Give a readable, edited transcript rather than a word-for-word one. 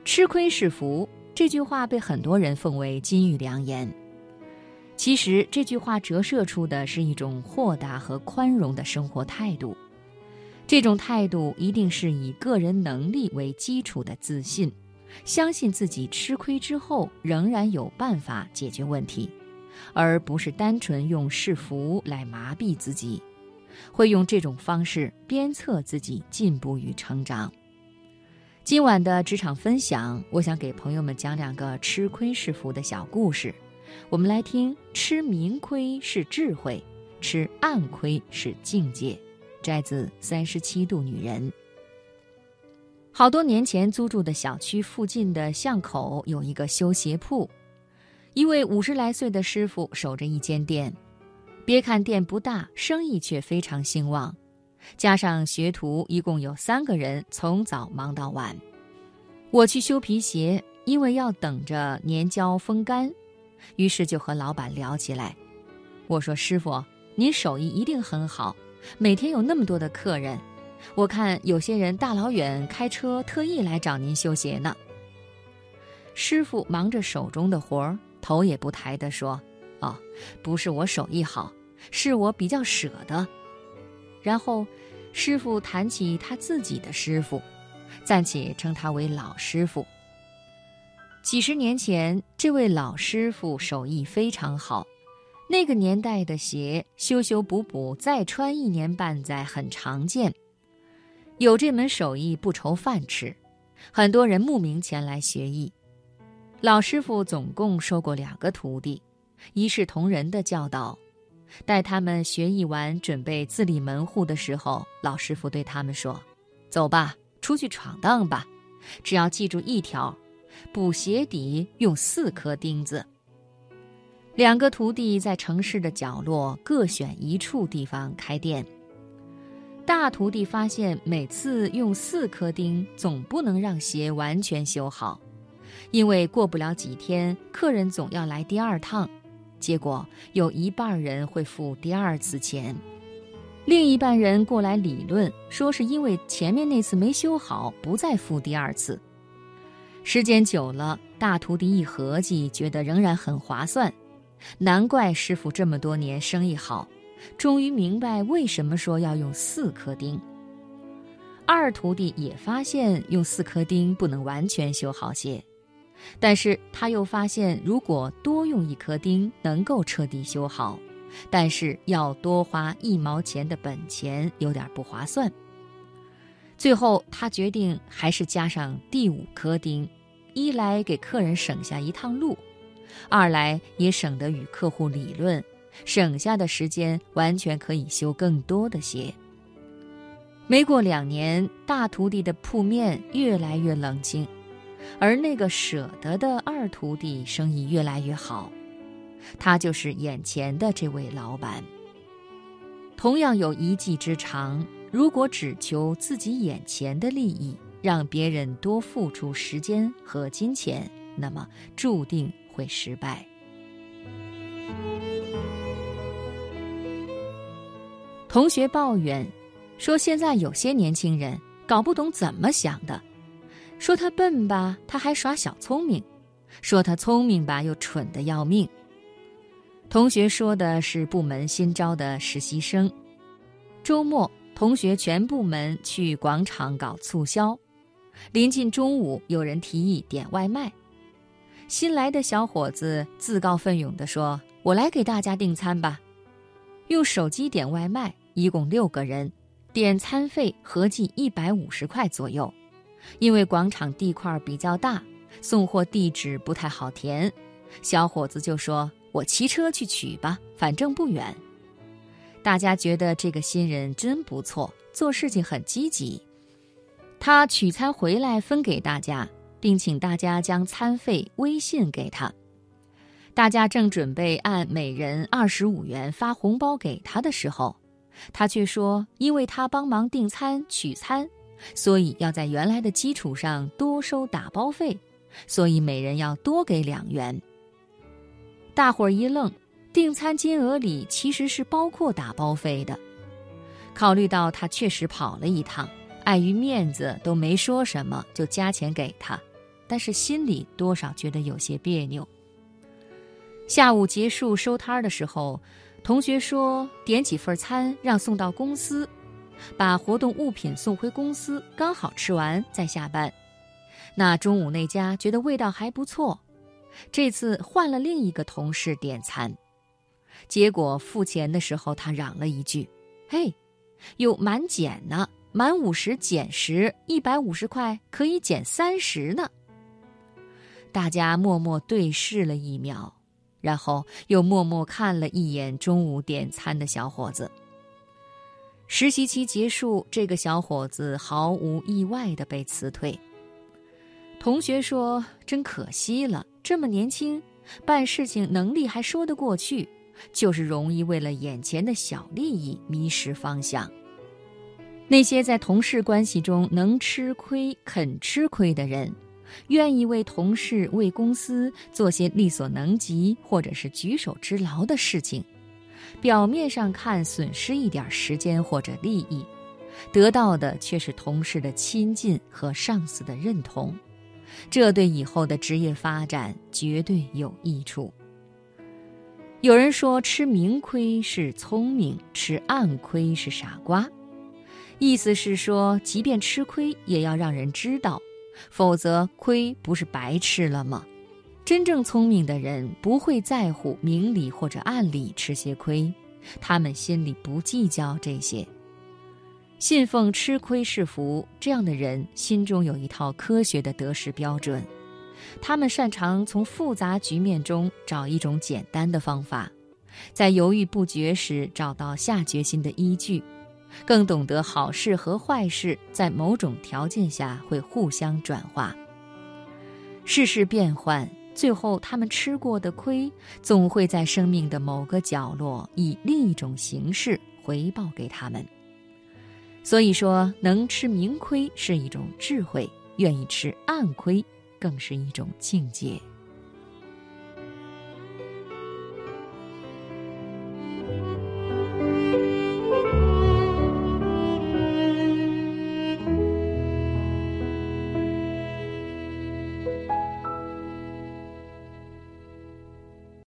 吃亏是福，这句话被很多人奉为金玉良言。其实这句话折射出的是一种豁达和宽容的生活态度。这种态度一定是以个人能力为基础的自信，相信自己吃亏之后仍然有办法解决问题，而不是单纯用是福来麻痹自己，会用这种方式鞭策自己进步与成长。今晚的职场分享，我想给朋友们讲2个吃亏是福的小故事。我们来听吃明亏是智慧，吃暗亏是境界，摘自37度女人。好多年前租住的小区附近的巷口有一个修鞋铺，一位50来岁的师傅守着一间店，别看店不大，生意却非常兴旺，加上学徒一共有3个人，从早忙到晚。我去修皮鞋，因为要等着粘胶风干，于是就和老板聊起来。我说，师傅，您手艺一定很好，每天有那么多的客人，我看有些人大老远开车特意来找您修鞋呢。师傅忙着手中的活儿，头也不抬地说，哦，不是我手艺好，是我比较舍得。然后师傅谈起他自己的师傅，暂且称他为老师傅。几十年前，这位老师傅手艺非常好，那个年代的鞋修修补补再穿1年半载很常见。有这门手艺不愁饭吃，很多人慕名前来学艺。老师傅总共收过2个徒弟，一视同仁的教导。待他们学艺完，准备自立门户的时候，老师傅对他们说，走吧，出去闯荡吧，只要记住一条，补鞋底用4颗钉子。2个徒弟在城市的角落各选一处地方开店。大徒弟发现每次用4颗钉总不能让鞋完全修好，因为过不了几天客人总要来第2趟，结果有一半人会付第2次钱，另一半人过来理论，说是因为前面那次没修好，不再付第2次。时间久了，大徒弟一合计，觉得仍然很划算，难怪师傅这么多年生意好，终于明白为什么说要用4颗钉。2徒弟也发现用4颗钉不能完全修好鞋，但是他又发现如果多用1颗钉能够彻底修好，但是要多花1毛钱的本钱，有点不划算。最后他决定还是加上第5颗钉，一来给客人省下一趟路，二来也省得与客户理论，省下的时间完全可以修更多的鞋。没过2年，大徒弟的铺面越来越冷清，而那个舍得的2徒弟生意越来越好，他就是眼前的这位老板。同样有一技之长，如果只求自己眼前的利益，让别人多付出时间和金钱，那么注定会失败。同学抱怨说，现在有些年轻人搞不懂怎么想的，说他笨吧，他还耍小聪明；说他聪明吧，又蠢得要命。同学说的是部门新招的实习生。周末，同学全部门去广场搞促销，临近中午，有人提议点外卖。新来的小伙子自告奋勇地说，我来给大家订餐吧。用手机点外卖，一共6个人，点餐费合计150块左右。因为广场地块比较大，送货地址不太好填，小伙子就说，我骑车去取吧，反正不远。大家觉得这个新人真不错，做事情很积极。他取餐回来分给大家，并请大家将餐费微信给他。大家正准备按每人25元发红包给他的时候，他却说，因为他帮忙订餐取餐，所以要在原来的基础上多收打包费，所以每人要多给2元。大伙儿一愣，订餐金额里其实是包括打包费的。考虑到他确实跑了一趟，碍于面子都没说什么，就加钱给他。 但是心里多少觉得有些别扭。下午结束收摊的时候，同学说点几份餐让送到公司，把活动物品送回公司，刚好吃完再下班。那中午那家觉得味道还不错，这次换了另一个同事点餐，结果付钱的时候他嚷了一句：嘿，有满减呢，满50减10，150块可以减30呢。大家默默对视了1秒，然后又默默看了一眼中午点餐的小伙子。实习期结束，这个小伙子毫无意外地被辞退。同学说真可惜了，这么年轻，办事情能力还说得过去，就是容易为了眼前的小利益迷失方向。那些在同事关系中能吃亏肯吃亏的人，愿意为同事为公司做些力所能及或者是举手之劳的事情，表面上看损失一点时间或者利益，得到的却是同事的亲近和上司的认同，这对以后的职业发展绝对有益处。有人说吃明亏是聪明，吃暗亏是傻瓜，意思是说即便吃亏也要让人知道，否则亏不是白吃了吗？真正聪明的人不会在乎明里或者暗里吃些亏，他们心里不计较这些。信奉吃亏是福，这样的人心中有一套科学的得失标准，他们擅长从复杂局面中找一种简单的方法，在犹豫不决时找到下决心的依据，更懂得好事和坏事在某种条件下会互相转化。世事变幻，最后他们吃过的亏总会在生命的某个角落以另一种形式回报给他们。所以说，能吃明亏是一种智慧，愿意吃暗亏更是一种境界。